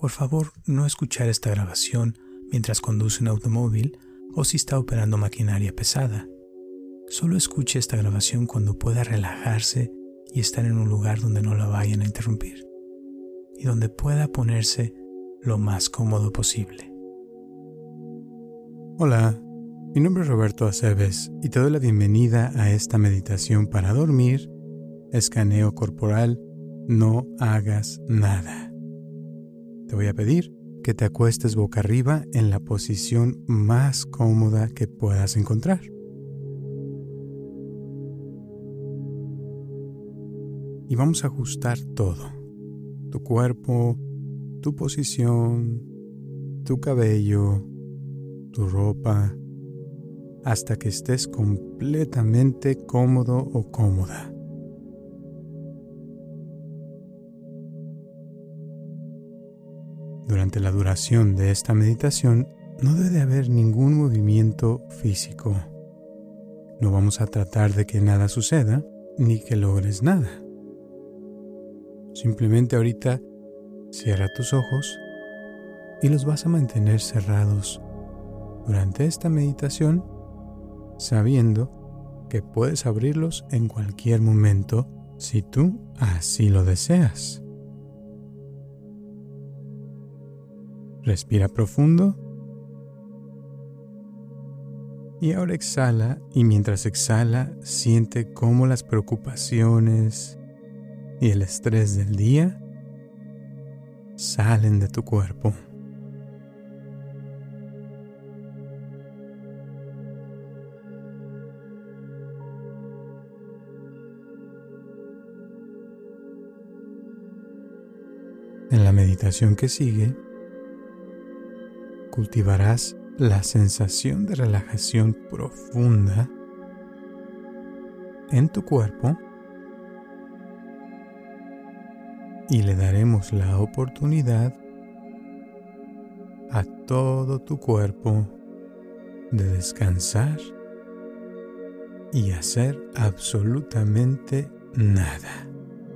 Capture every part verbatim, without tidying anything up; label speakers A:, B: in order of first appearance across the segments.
A: por favor no escuchar esta grabación mientras conduce un automóvil o si está operando maquinaria pesada. Solo escuche esta grabación cuando pueda relajarse y estar en un lugar donde no la vayan a interrumpir y donde pueda ponerse lo más cómodo posible.
B: Hola, mi nombre es Roberto Aceves y te doy la bienvenida a esta meditación para dormir, escaneo corporal, no hagas nada. Te voy a pedir que te acuestes boca arriba en la posición más cómoda que puedas encontrar. Y vamos a ajustar todo, tu cuerpo, tu posición, tu cabello, tu ropa, hasta que estés completamente cómodo o cómoda. Durante la duración de esta meditación no debe haber ningún movimiento físico. No vamos a tratar de que nada suceda ni que logres nada. Simplemente ahorita cierra tus ojos y los vas a mantener cerrados durante esta meditación, sabiendo que puedes abrirlos en cualquier momento si tú así lo deseas. Respira profundo y ahora exhala, y mientras exhala siente cómo las preocupaciones y el estrés del día salen de tu cuerpo. En la meditación que sigue, cultivarás la sensación de relajación profunda en tu cuerpo y le daremos la oportunidad a todo tu cuerpo de descansar y hacer absolutamente nada.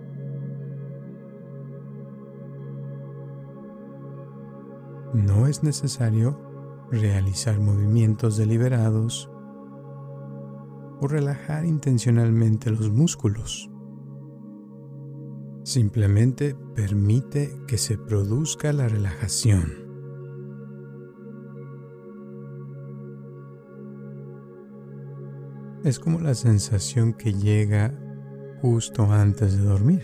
B: No es necesario realizar movimientos deliberados o relajar intencionalmente los músculos. Simplemente permite que se produzca la relajación. Es como la sensación que llega justo antes de dormir,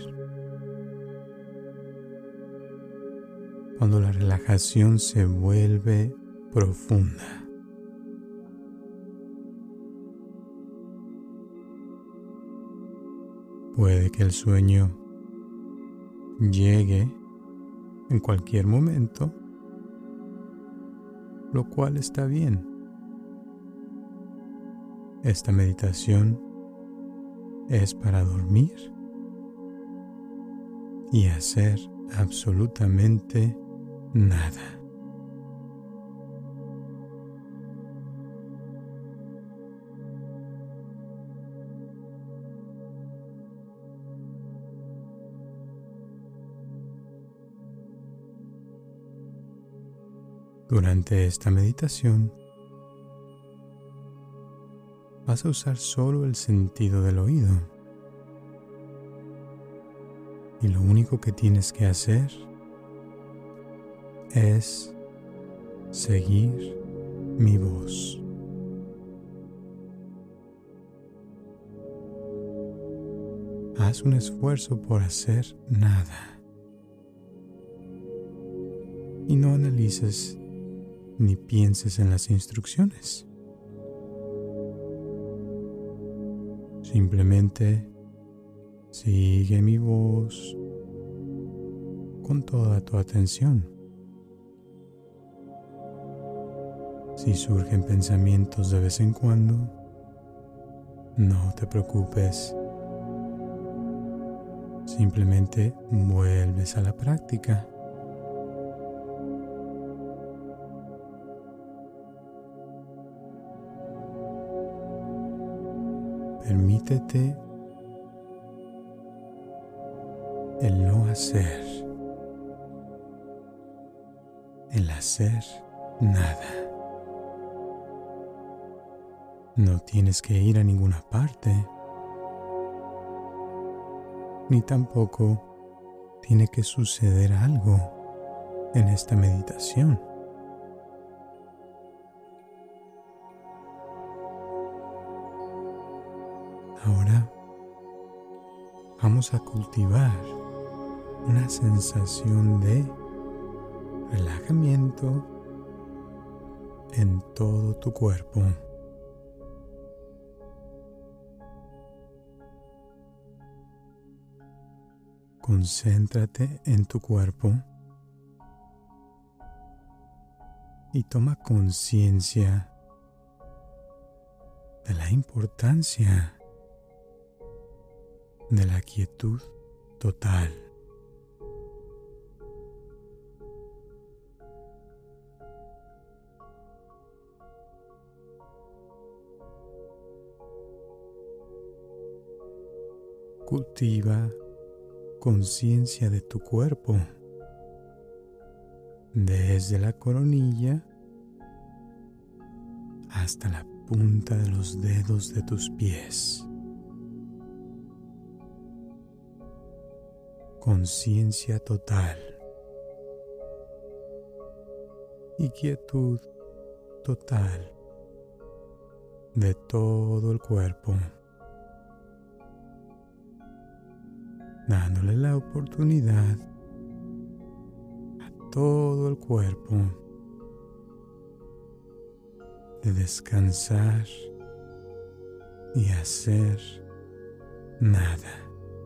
B: cuando la relajación se vuelve profunda. Puede que el sueño llegue en cualquier momento, lo cual está bien. Esta meditación es para dormir y hacer absolutamente nada. Durante esta meditación, vas a usar solo el sentido del oído. Y lo único que tienes que hacer es seguir mi voz. Haz un esfuerzo por hacer nada. Y no analices ni pienses en las instrucciones. Simplemente sigue mi voz con toda tu atención. Si surgen pensamientos de vez en cuando, no te preocupes. Simplemente vuelves a la práctica. Permítete el no hacer el hacer nada. No tienes que ir a ninguna parte, ni tampoco tiene que suceder algo en esta meditación. Ahora vamos a cultivar una sensación de relajamiento en todo tu cuerpo. Concéntrate en tu cuerpo y toma conciencia de la importancia de la quietud total. Cultiva conciencia de tu cuerpo, desde la coronilla hasta la punta de los dedos de tus pies. Conciencia total y quietud total de todo el cuerpo, dándole la oportunidad a todo el cuerpo de descansar y hacer nada.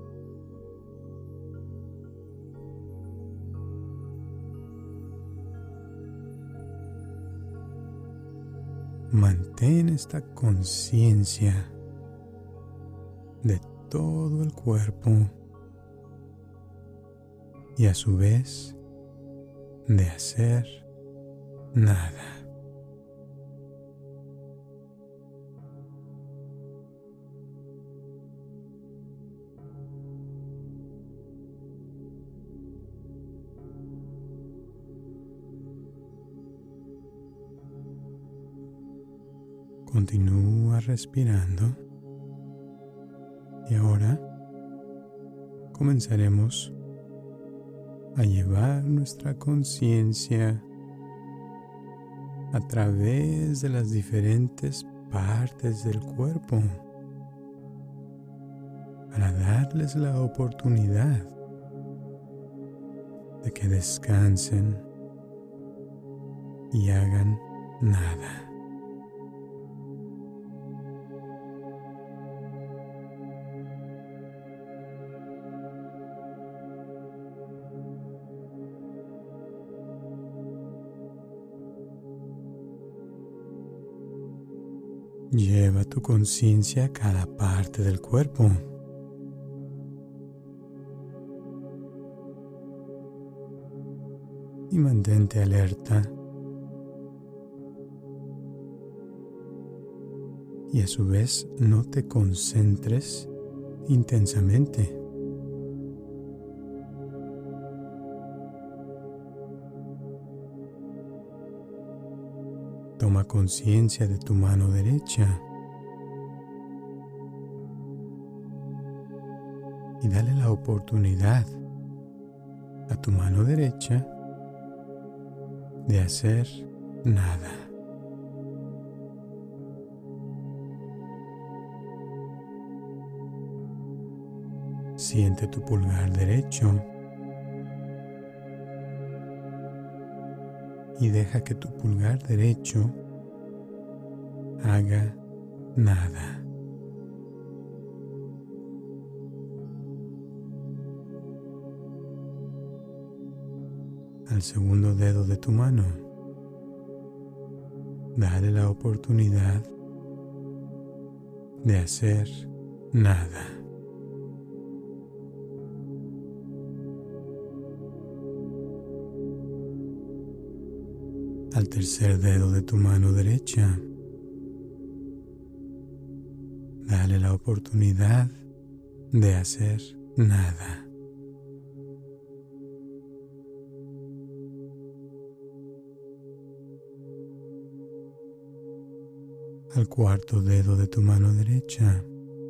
B: Mantén esta conciencia de todo el cuerpo y a su vez de hacer nada. Continúa respirando y ahora comenzaremos a llevar nuestra conciencia a través de las diferentes partes del cuerpo para darles la oportunidad de que descansen y hagan nada. Lleva tu conciencia a cada parte del cuerpo. Y mantente alerta. Y a su vez no te concentres intensamente. Toma conciencia de tu mano derecha y dale la oportunidad a tu mano derecha de hacer nada. Siente tu pulgar derecho y deja que tu pulgar derecho haga nada. Al segundo dedo de tu mano, dale la oportunidad de hacer nada. Al tercer dedo de tu mano derecha, dale la oportunidad de hacer nada. al cuarto dedo de tu mano derecha.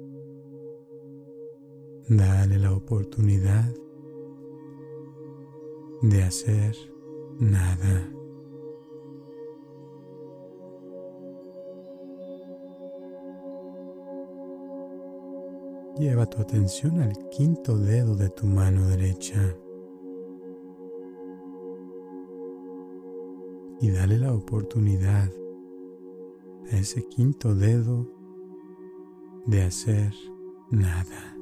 B: Dale la oportunidad de hacer nada. Lleva tu atención al quinto dedo de tu mano derecha y dale la oportunidad a ese quinto dedo de hacer nada.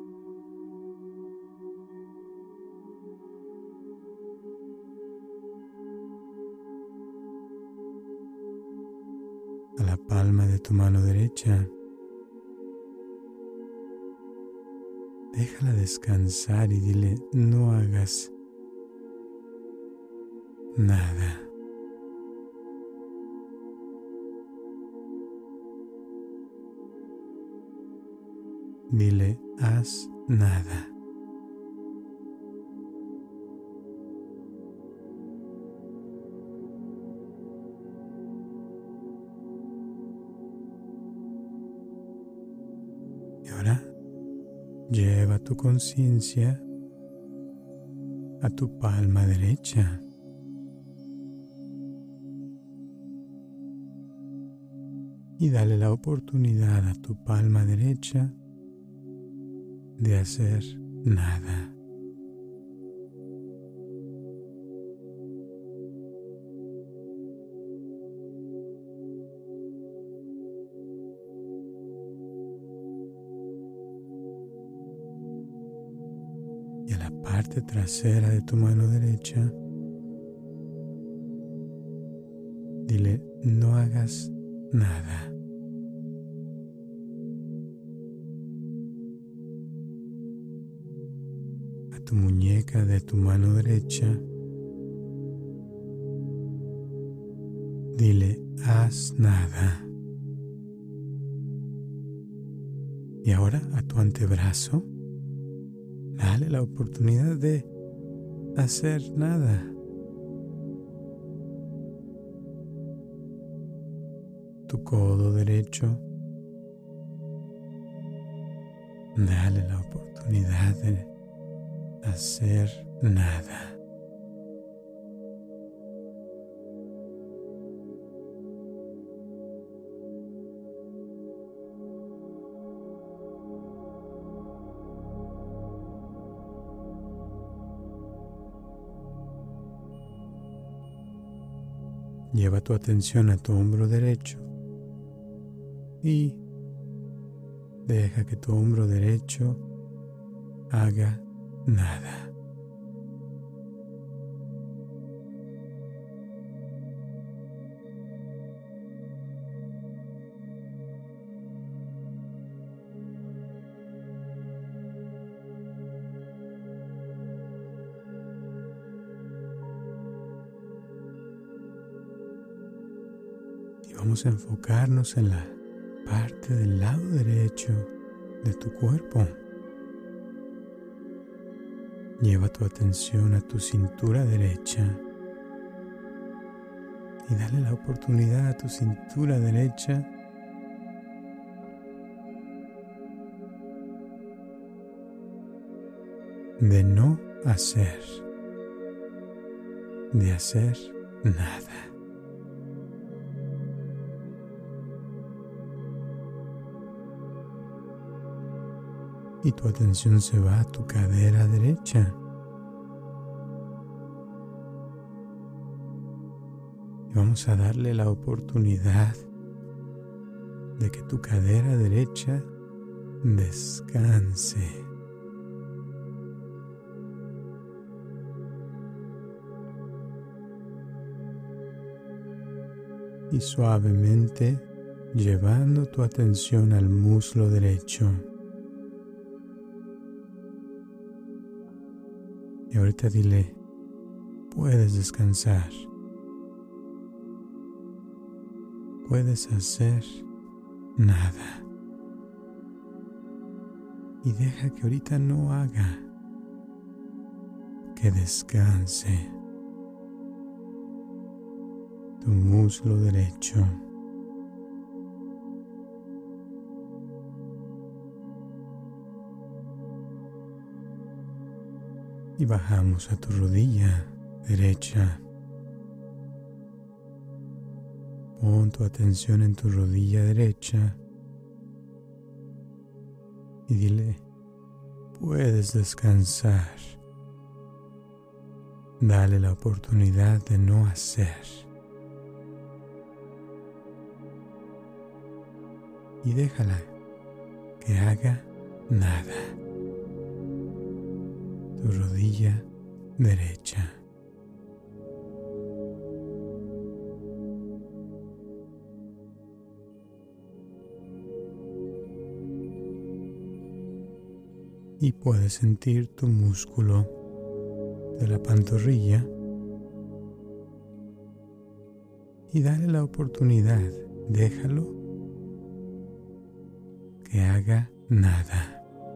B: A la palma de tu mano derecha, déjala descansar y dile: no hagas nada. Dile: haz nada. Y ahora lleva tu conciencia a tu palma derecha. Y dale la oportunidad a tu palma derecha de hacer nada. Y a la parte trasera de tu mano derecha, dile: no hagas nada. A tu muñeca de tu mano derecha, dile: haz nada. Y ahora a tu antebrazo, dale la oportunidad de hacer nada. Tu codo derecho, dale la oportunidad de hacer nada. Lleva tu atención a tu hombro derecho y deja que tu hombro derecho haga nada. Y vamos a enfocarnos en la parte del lado derecho de tu cuerpo. Lleva tu atención a tu cintura derecha y dale la oportunidad a tu cintura derecha de no hacer, de hacer nada. Y tu atención se va a tu cadera derecha. Y vamos a darle la oportunidad de que tu cadera derecha descanse. Y suavemente llevando tu atención al muslo derecho. Y ahorita dile: puedes descansar. Puedes hacer nada. Y deja que ahorita no haga, que descanse tu muslo derecho. Y bajamos a tu rodilla derecha. Pon tu atención en tu rodilla derecha y dile, puedes descansar. Dale la oportunidad de no hacer. Y déjala que haga nada. Tu rodilla derecha. Y puedes sentir tu músculo de la pantorrilla y dale la oportunidad, déjalo que haga nada.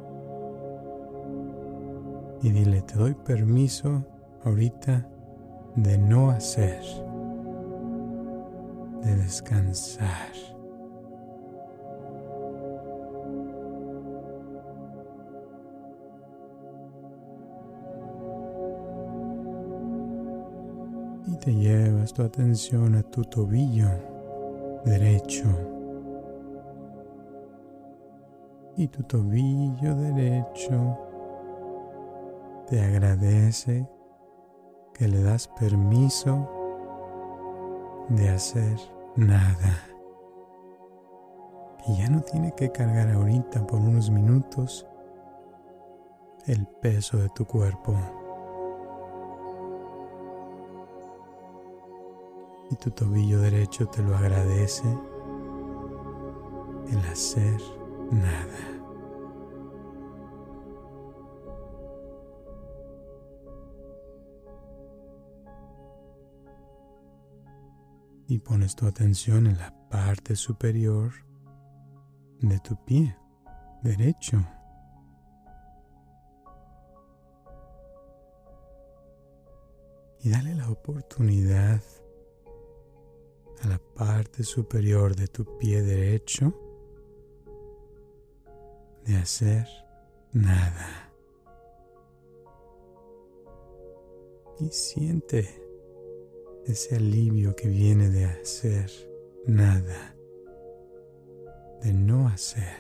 B: Y dile, te doy permiso ahorita de no hacer, de descansar. Y te llevas tu atención a tu tobillo derecho. Y tu tobillo derecho te agradece que le das permiso de hacer nada. Y ya no tiene que cargar ahorita por unos minutos el peso de tu cuerpo. Y tu tobillo derecho te lo agradece el hacer nada. Y pones tu atención en la parte superior de tu pie derecho. Y dale la oportunidad a la parte superior de tu pie derecho de hacer nada. Y siente ese alivio que viene de hacer nada, de no hacer.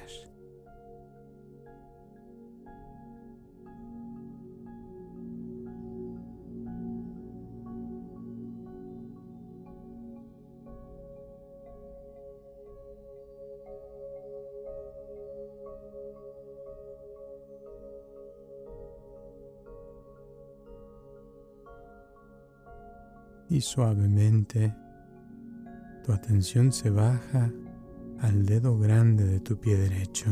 B: Y suavemente tu atención se baja al dedo grande de tu pie derecho.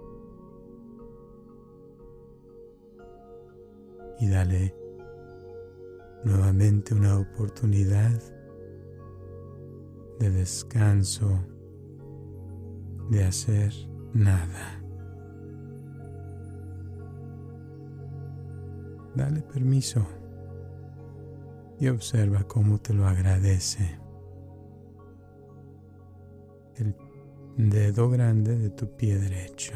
B: Y dale nuevamente una oportunidad de descanso, de hacer nada. Dale permiso. Y observa cómo te lo agradece el dedo grande de tu pie derecho.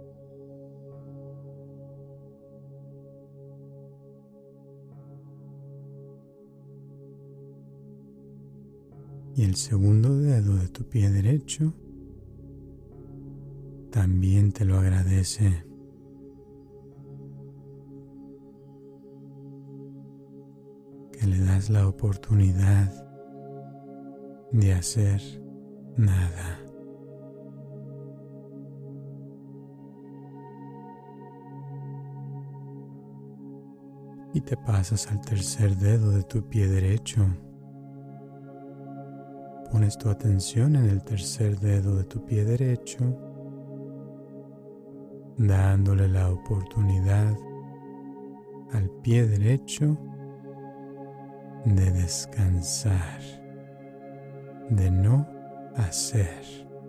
B: Y el segundo dedo de tu pie derecho también te lo agradece. Que le das la oportunidad de hacer nada. Y te pasas al tercer dedo de tu pie derecho. Pones tu atención en el tercer dedo de tu pie derecho, dándole la oportunidad al pie derecho de descansar, de no hacer.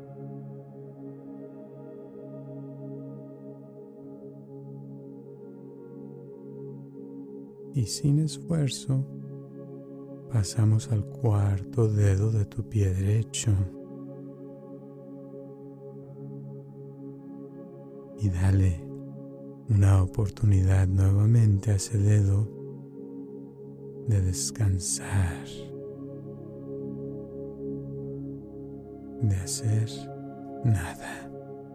B: Y sin esfuerzo, pasamos al cuarto dedo de tu pie derecho. Y dale una oportunidad nuevamente a ese dedo de descansar, de hacer nada.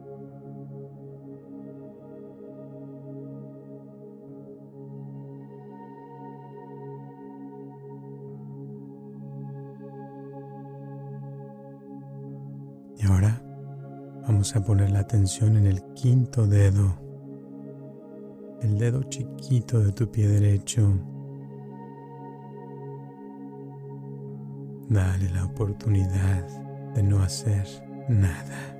B: Y ahora vamos a poner la atención en el quinto dedo, el dedo chiquito de tu pie derecho. Dale la oportunidad de no hacer nada.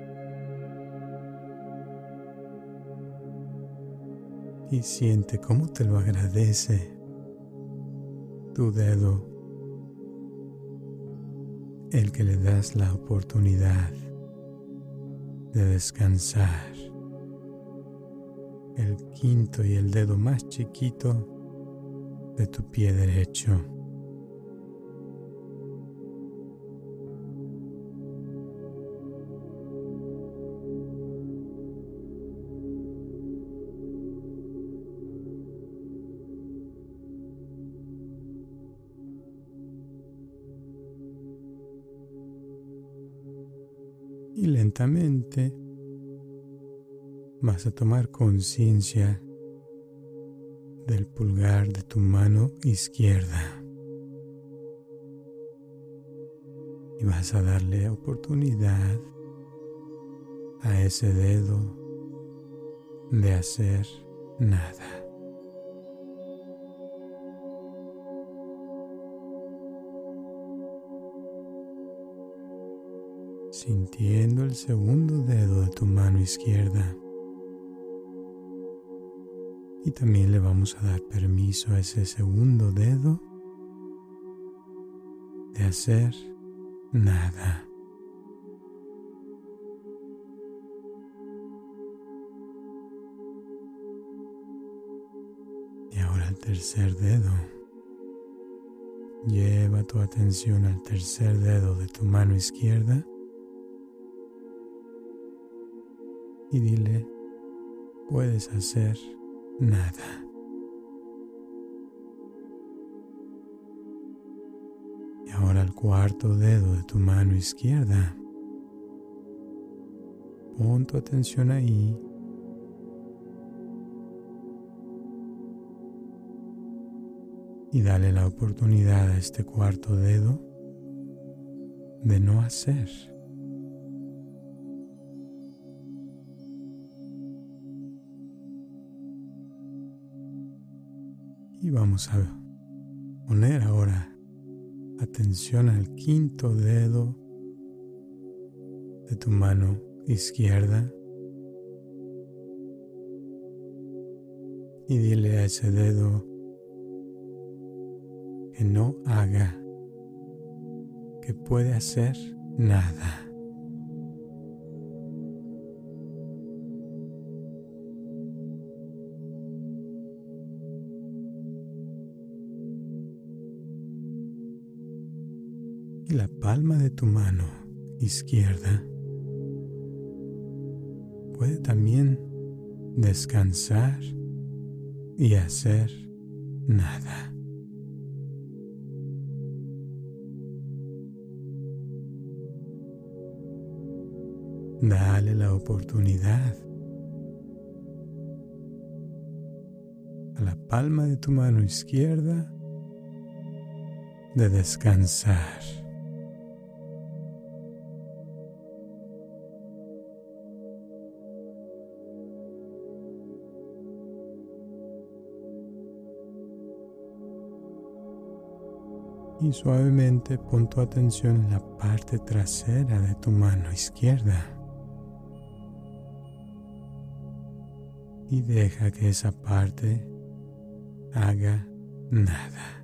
B: Y siente cómo te lo agradece tu dedo, el que le das la oportunidad de descansar. El quinto y el dedo más chiquito de tu pie derecho. Y lentamente vas a tomar conciencia del pulgar de tu mano izquierda y vas a darle oportunidad a ese dedo de hacer nada. Sintiendo el segundo dedo de tu mano izquierda. Y también le vamos a dar permiso a ese segundo dedo de hacer nada. Y ahora el tercer dedo. Lleva tu atención al tercer dedo de tu mano izquierda. Y dile, puedes hacer nada. Y ahora el cuarto dedo de tu mano izquierda. Pon tu atención ahí. Y dale la oportunidad a este cuarto dedo de no hacer. Y vamos a poner ahora atención al quinto dedo de tu mano izquierda y dile a ese dedo que no haga, que puede hacer nada. Y la palma de tu mano izquierda puede también descansar y hacer nada. Dale la oportunidad a la palma de tu mano izquierda de descansar. Y suavemente pon tu atención en la parte trasera de tu mano izquierda. Y deja que esa parte haga nada.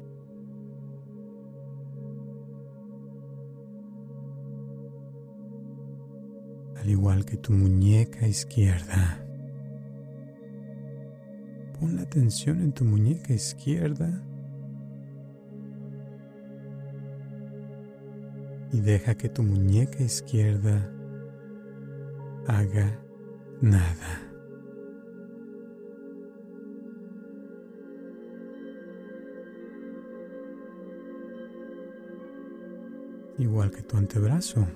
B: Al igual que tu muñeca izquierda. Pon la atención en tu muñeca izquierda. Y deja que tu muñeca izquierda haga nada. igual que tu antebrazo.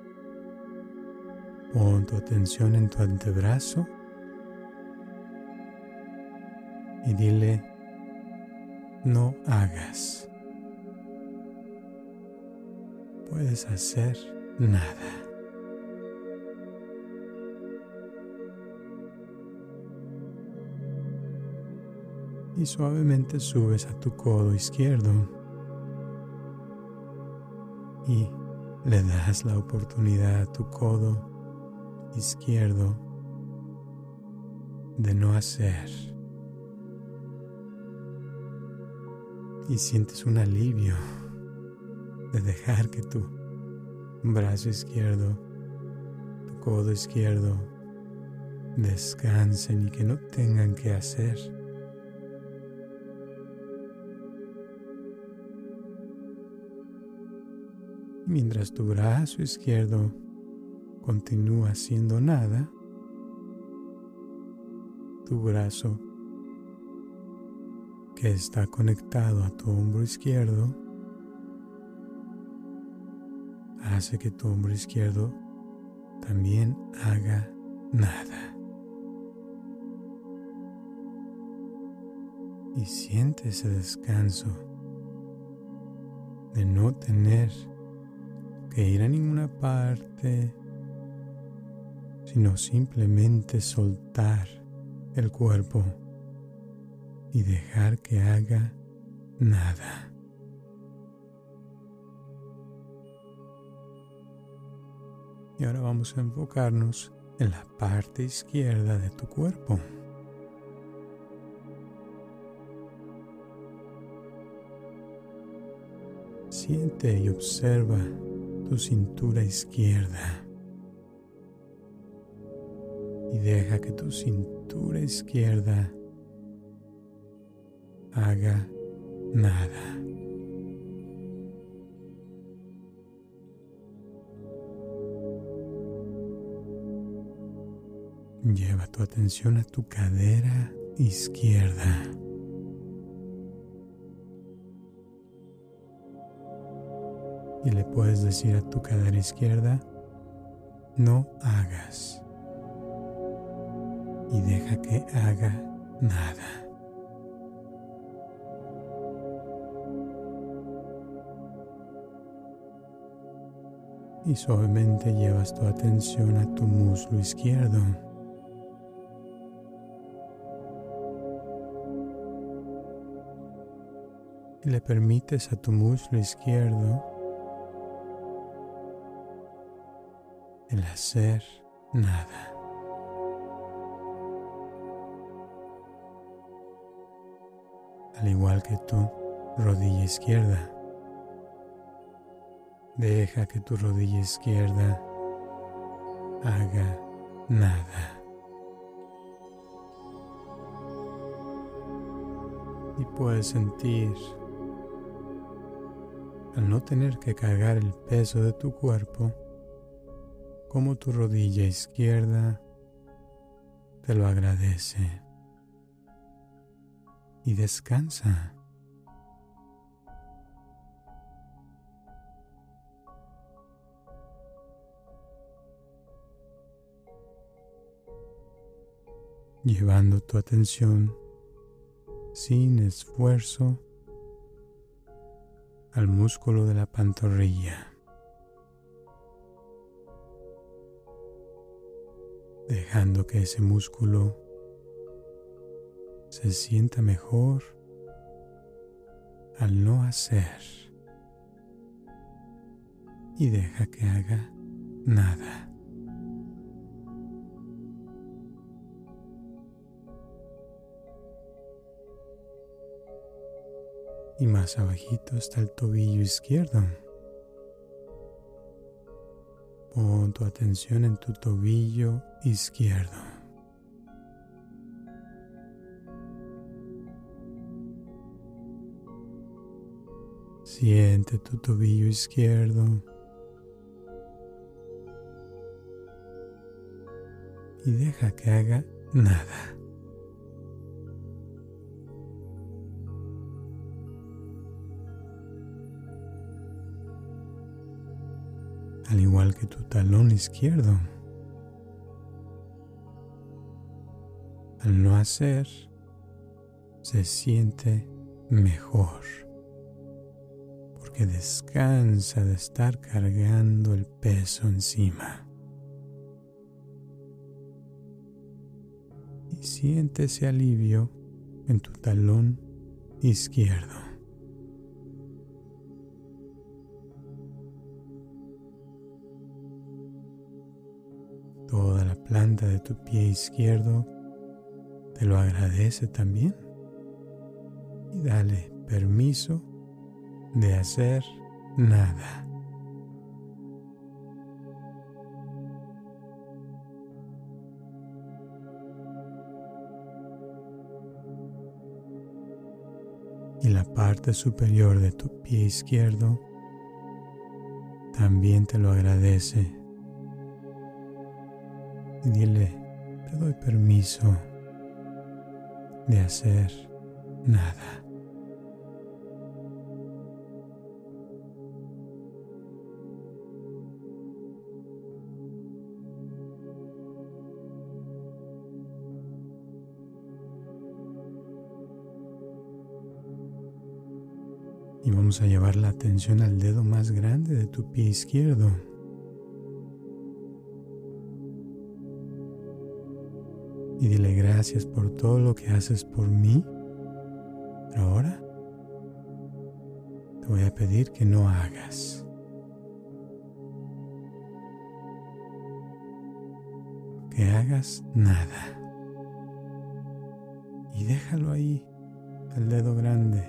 B: Pon tu atención en tu antebrazo y dile, no hagas. Puedes hacer nada. Y suavemente subes a tu codo izquierdo y le das la oportunidad a tu codo izquierdo de no hacer. Y sientes un alivio de dejar que tu brazo izquierdo, tu codo izquierdo descansen y que no tengan que hacer. Mientras tu brazo izquierdo continúa haciendo nada, tu brazo que está conectado a tu hombro izquierdo hace que tu hombro izquierdo también haga nada. Y siente ese descanso de no tener que ir a ninguna parte, sino simplemente soltar el cuerpo y dejar que haga nada. Y ahora vamos a enfocarnos en la parte izquierda de tu cuerpo. Siente y observa tu cintura izquierda y deja que tu cintura izquierda haga nada. Lleva tu atención a tu cadera izquierda. Y le puedes decir a tu cadera izquierda, no hagas. Y deja que haga nada. Y suavemente llevas tu atención a tu muslo izquierdo. Y le permites a tu muslo izquierdo el hacer nada. Al igual que tu rodilla izquierda. Deja que tu rodilla izquierda haga nada. Y puedes sentir, al no tener que cargar el peso de tu cuerpo, como tu rodilla izquierda te lo agradece. Y descansa. Llevando tu atención sin esfuerzo al músculo de la pantorrilla. Dejando que ese músculo se sienta mejor al no hacer. Y deja que haga nada. Y más abajito está el tobillo izquierdo. Pon tu atención en tu tobillo izquierdo. Siente tu tobillo izquierdo. Y deja que haga nada. al igual que tu talón izquierdo. Al no hacer, se siente mejor, porque descansa de estar cargando el peso encima. Y siente ese alivio en tu talón izquierdo. Toda la planta de tu pie izquierdo te lo agradece también. Y dale permiso de hacer nada. Y la parte superior de tu pie izquierdo también te lo agradece. Y dile, te doy permiso de hacer nada. Y vamos a llevar la atención al dedo más grande de tu pie izquierdo. Y dile gracias por todo lo que haces por mí. Pero ahora te voy a pedir que no hagas. Que hagas nada. Y déjalo ahí, el dedo grande.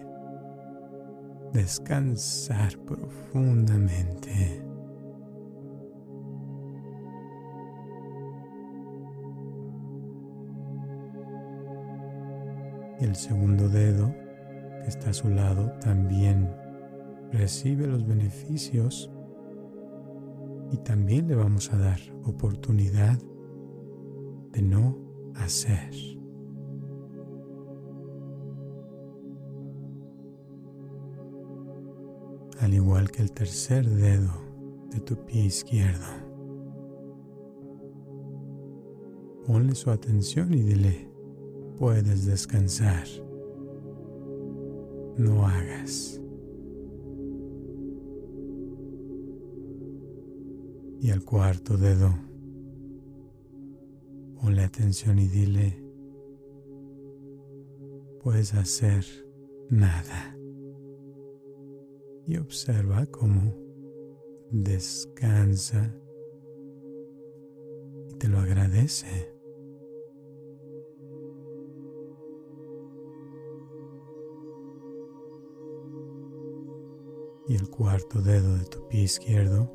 B: Descansar profundamente. Y el segundo dedo que está a su lado también recibe los beneficios y también le vamos a dar oportunidad de no hacer. Al igual que el tercer dedo de tu pie izquierdo. Ponle su atención y dile, puedes descansar. No hagas. Y al cuarto dedo, ponle atención y dile, puedes hacer nada. Y observa cómo descansa y te lo agradece. Y el cuarto dedo de tu pie izquierdo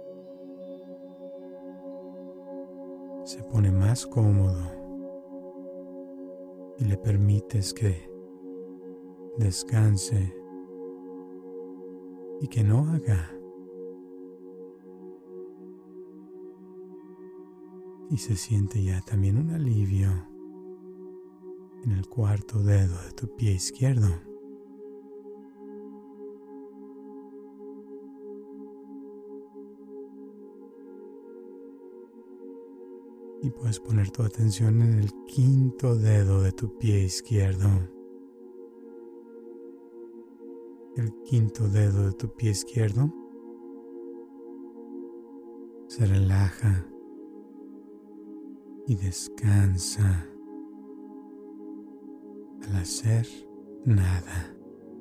B: se pone más cómodo y le permites que descanse y que no haga. Y se siente ya también un alivio en el cuarto dedo de tu pie izquierdo. Y puedes poner tu atención en el quinto dedo de tu pie izquierdo. El quinto dedo de tu pie izquierdo se relaja y descansa al hacer nada.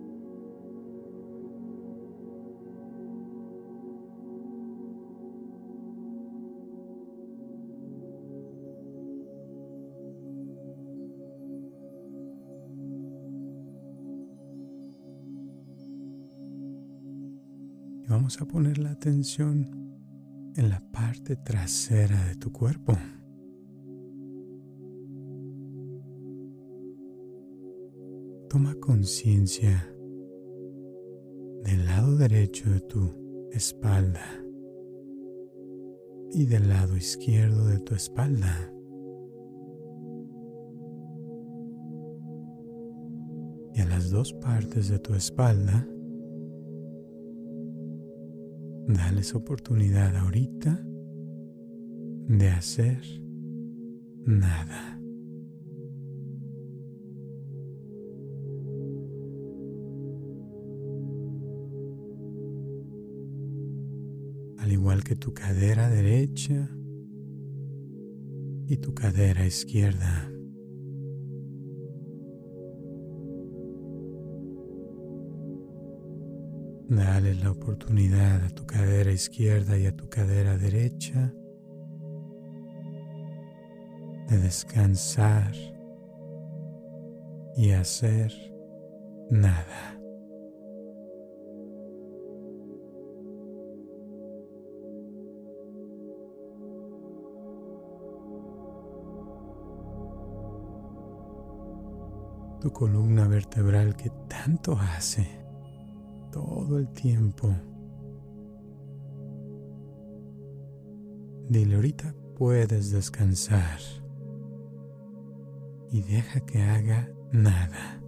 B: Vamos a poner la atención en la parte trasera de tu cuerpo. Toma conciencia del lado derecho de tu espalda y del lado izquierdo de tu espalda. Y a las dos partes de tu espalda, Dales oportunidad ahorita de hacer nada. Al igual que tu cadera derecha y tu cadera izquierda. Dale la oportunidad a tu cadera izquierda y a tu cadera derecha de descansar y hacer nada. Tu columna vertebral que tanto hace todo el tiempo. Dile, ahorita puedes descansar y deja que haga nada.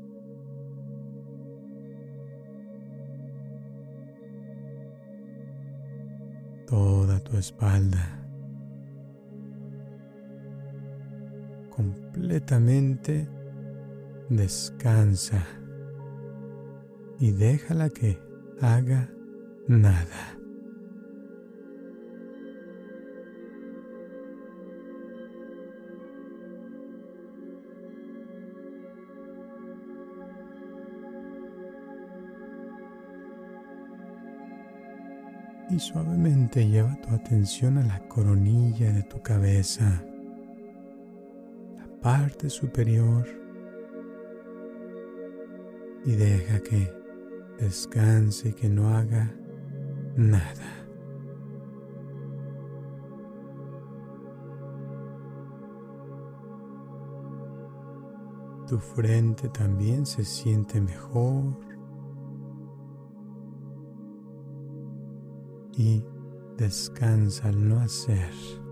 B: Toda tu espalda completamente descansa y déjala que haga nada. Y suavemente lleva tu atención a la coronilla de tu cabeza, la parte superior, y deja que descanse y que no haga nada. Tu frente también se siente mejor y descansa al no hacer.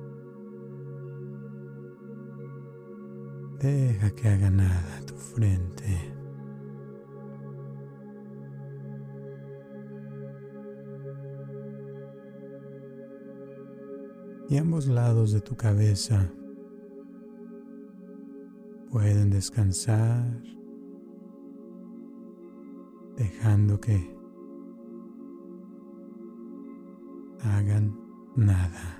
B: Deja que haga nada tu frente. Y ambos lados de tu cabeza pueden descansar, dejando que hagan nada.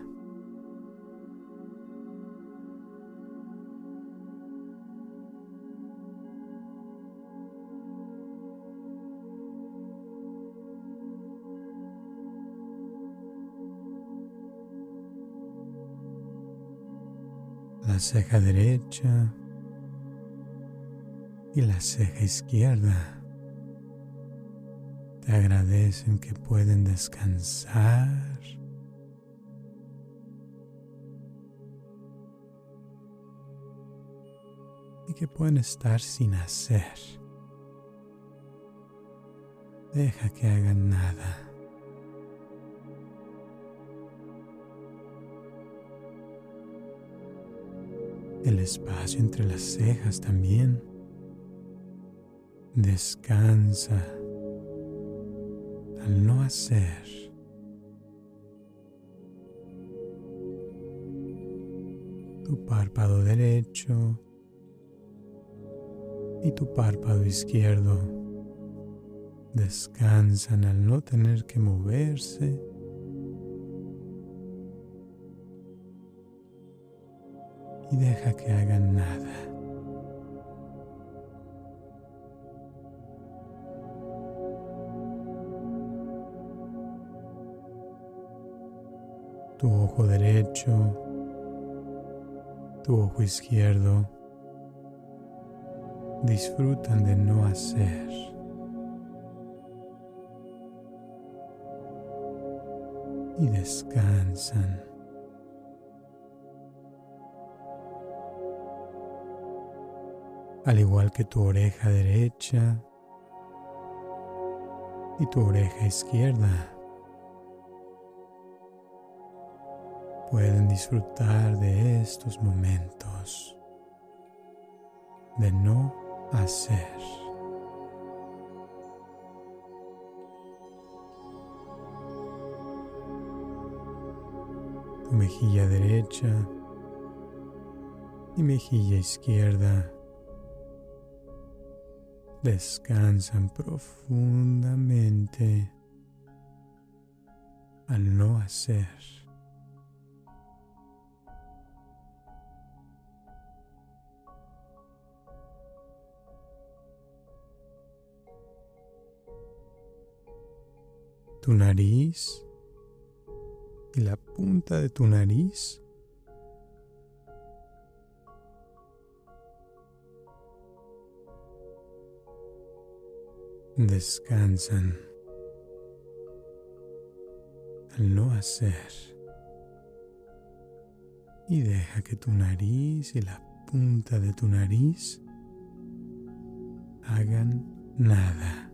B: La ceja derecha y la ceja izquierda te agradecen que pueden descansar y que pueden estar sin hacer. Deja que hagan nada. El espacio entre las cejas también descansa al no hacer. Tu párpado derecho y tu párpado izquierdo descansan al no tener que moverse y deja que hagan nada. Tu ojo derecho, tu ojo izquierdo disfrutan de no hacer. Y descansan. Al igual que tu oreja derecha y tu oreja izquierda, pueden disfrutar de estos momentos de no hacer. tu mejilla derecha y mejilla izquierda descansan profundamente al no hacer. Tu nariz y la punta de tu nariz descansan al no hacer, y deja que tu nariz y la punta de tu nariz hagan nada.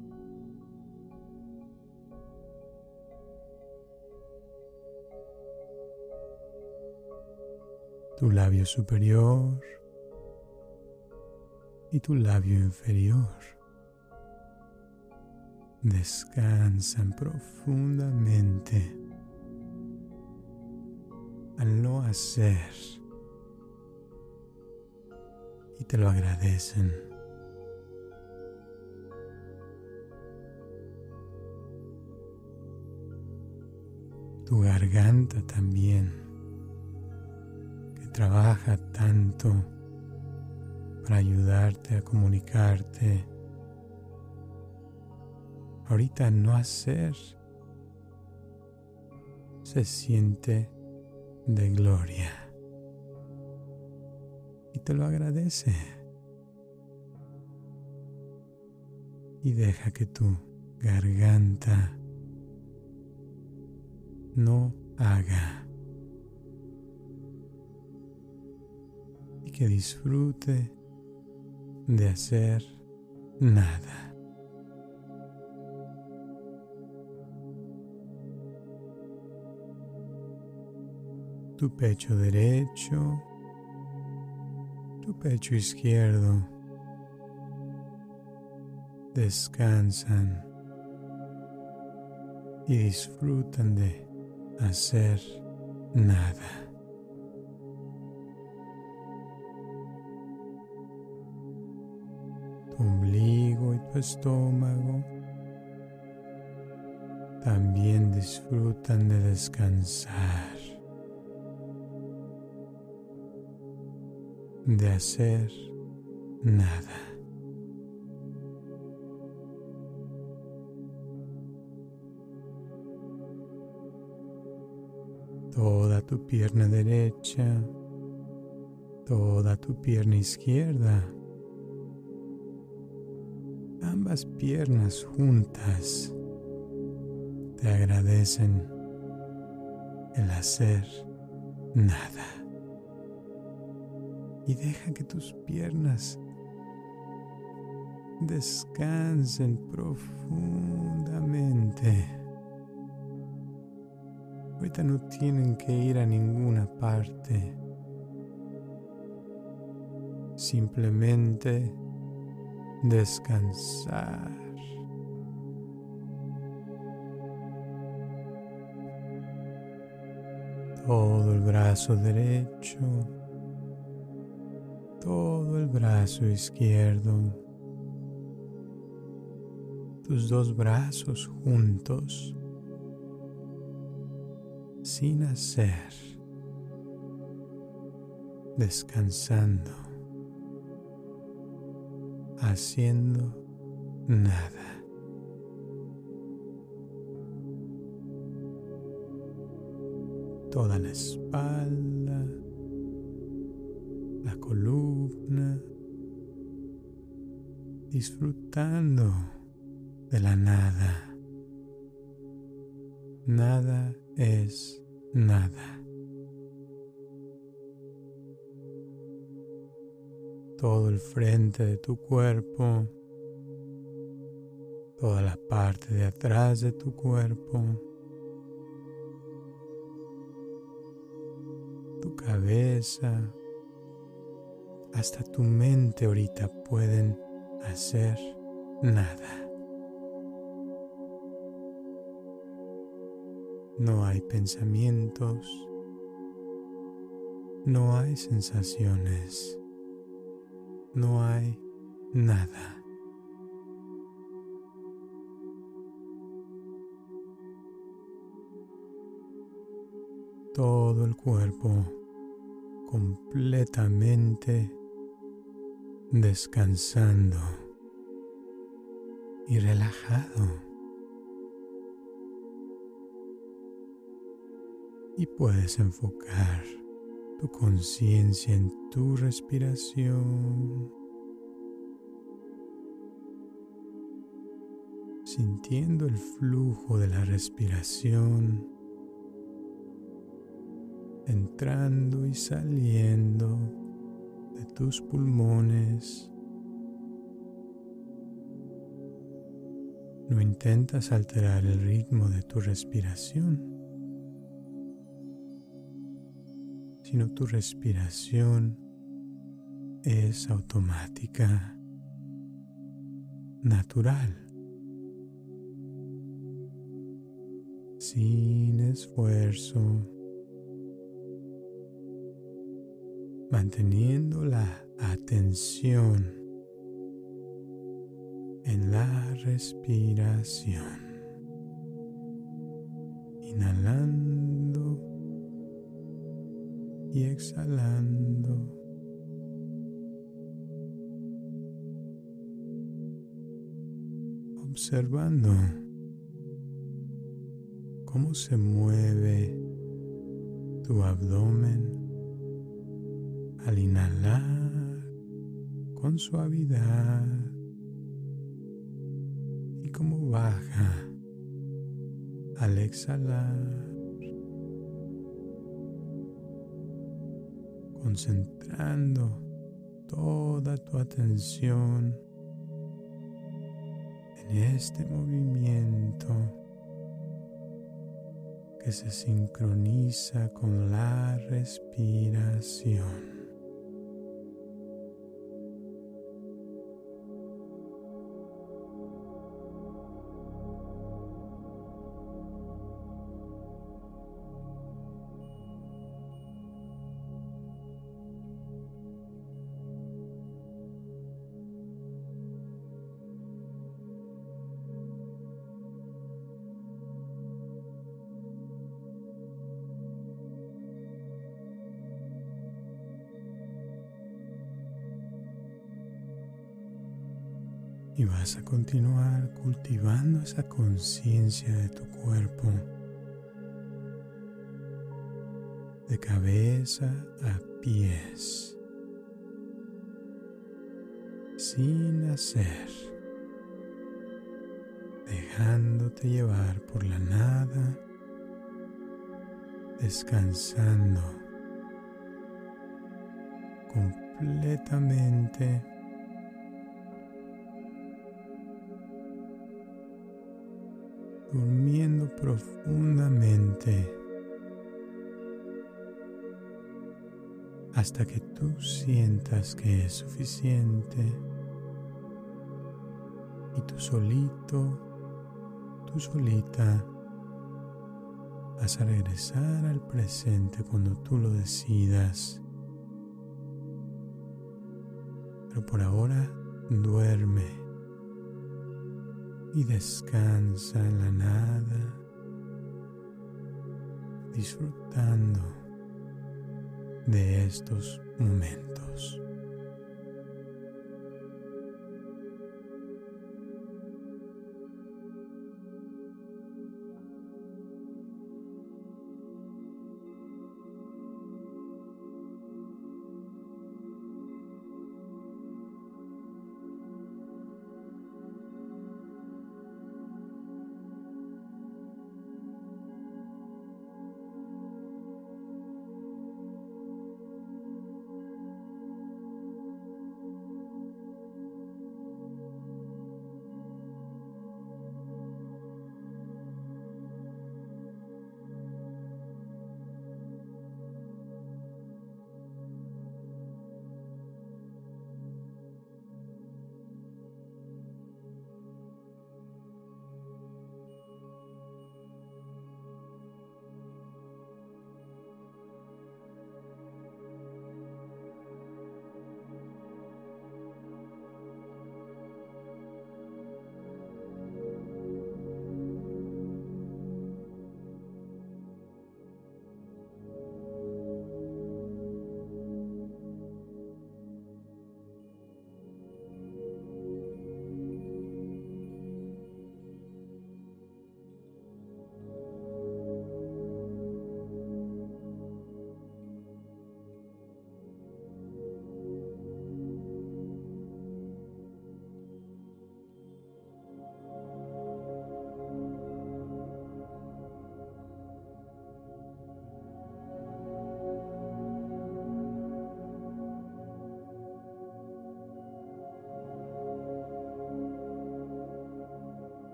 B: Tu labio superior y tu labio inferior descansan profundamente al no hacer y te lo agradecen. Tu garganta también, que trabaja tanto para ayudarte a comunicarte, ahorita no hacer se siente de gloria y te lo agradece, y deja que tu garganta no haga y que disfrute de hacer nada. Tu pecho derecho, tu pecho izquierdo descansan y disfrutan de hacer nada. Tu ombligo y tu estómago también disfrutan de descansar, de hacer nada. Toda tu pierna derecha, toda tu pierna izquierda, ambas piernas juntas te agradecen el hacer nada. Y deja que tus piernas descansen profundamente. Ahorita no tienen que ir a ninguna parte. Simplemente descansar. Todo el brazo derecho, todo el brazo izquierdo, tus dos brazos juntos, sin hacer, descansando, haciendo nada. Toda la espalda, la columna, disfrutando de la nada. Nada es nada. Todo el frente de tu cuerpo, toda la parte de atrás de tu cuerpo, tu cabeza, hasta tu mente ahorita pueden hacer nada. No hay pensamientos, No hay sensaciones. No hay nada. Todo el cuerpo completamente descansando y relajado. Y puedes enfocar tu conciencia en tu respiración, sintiendo el flujo de la respiración, entrando y saliendo de tus pulmones. No intentas alterar el ritmo de tu respiración, sino tu respiración es automática, natural, sin esfuerzo, manteniendo la atención en la respiración, inhalando y exhalando. Observando cómo se mueve tu abdomen al inhalar con suavidad y cómo baja al exhalar, concentrando toda tu atención en este movimiento que se sincroniza con la respiración. Y vas a continuar cultivando esa conciencia de tu cuerpo, de cabeza a pies, sin hacer, dejándote llevar por la nada, descansando completamente, durmiendo profundamente hasta que tú sientas que es suficiente y tú solito, tú solita vas a regresar al presente cuando tú lo decidas. Pero por ahora duerme y descansa en la nada, disfrutando de estos momentos.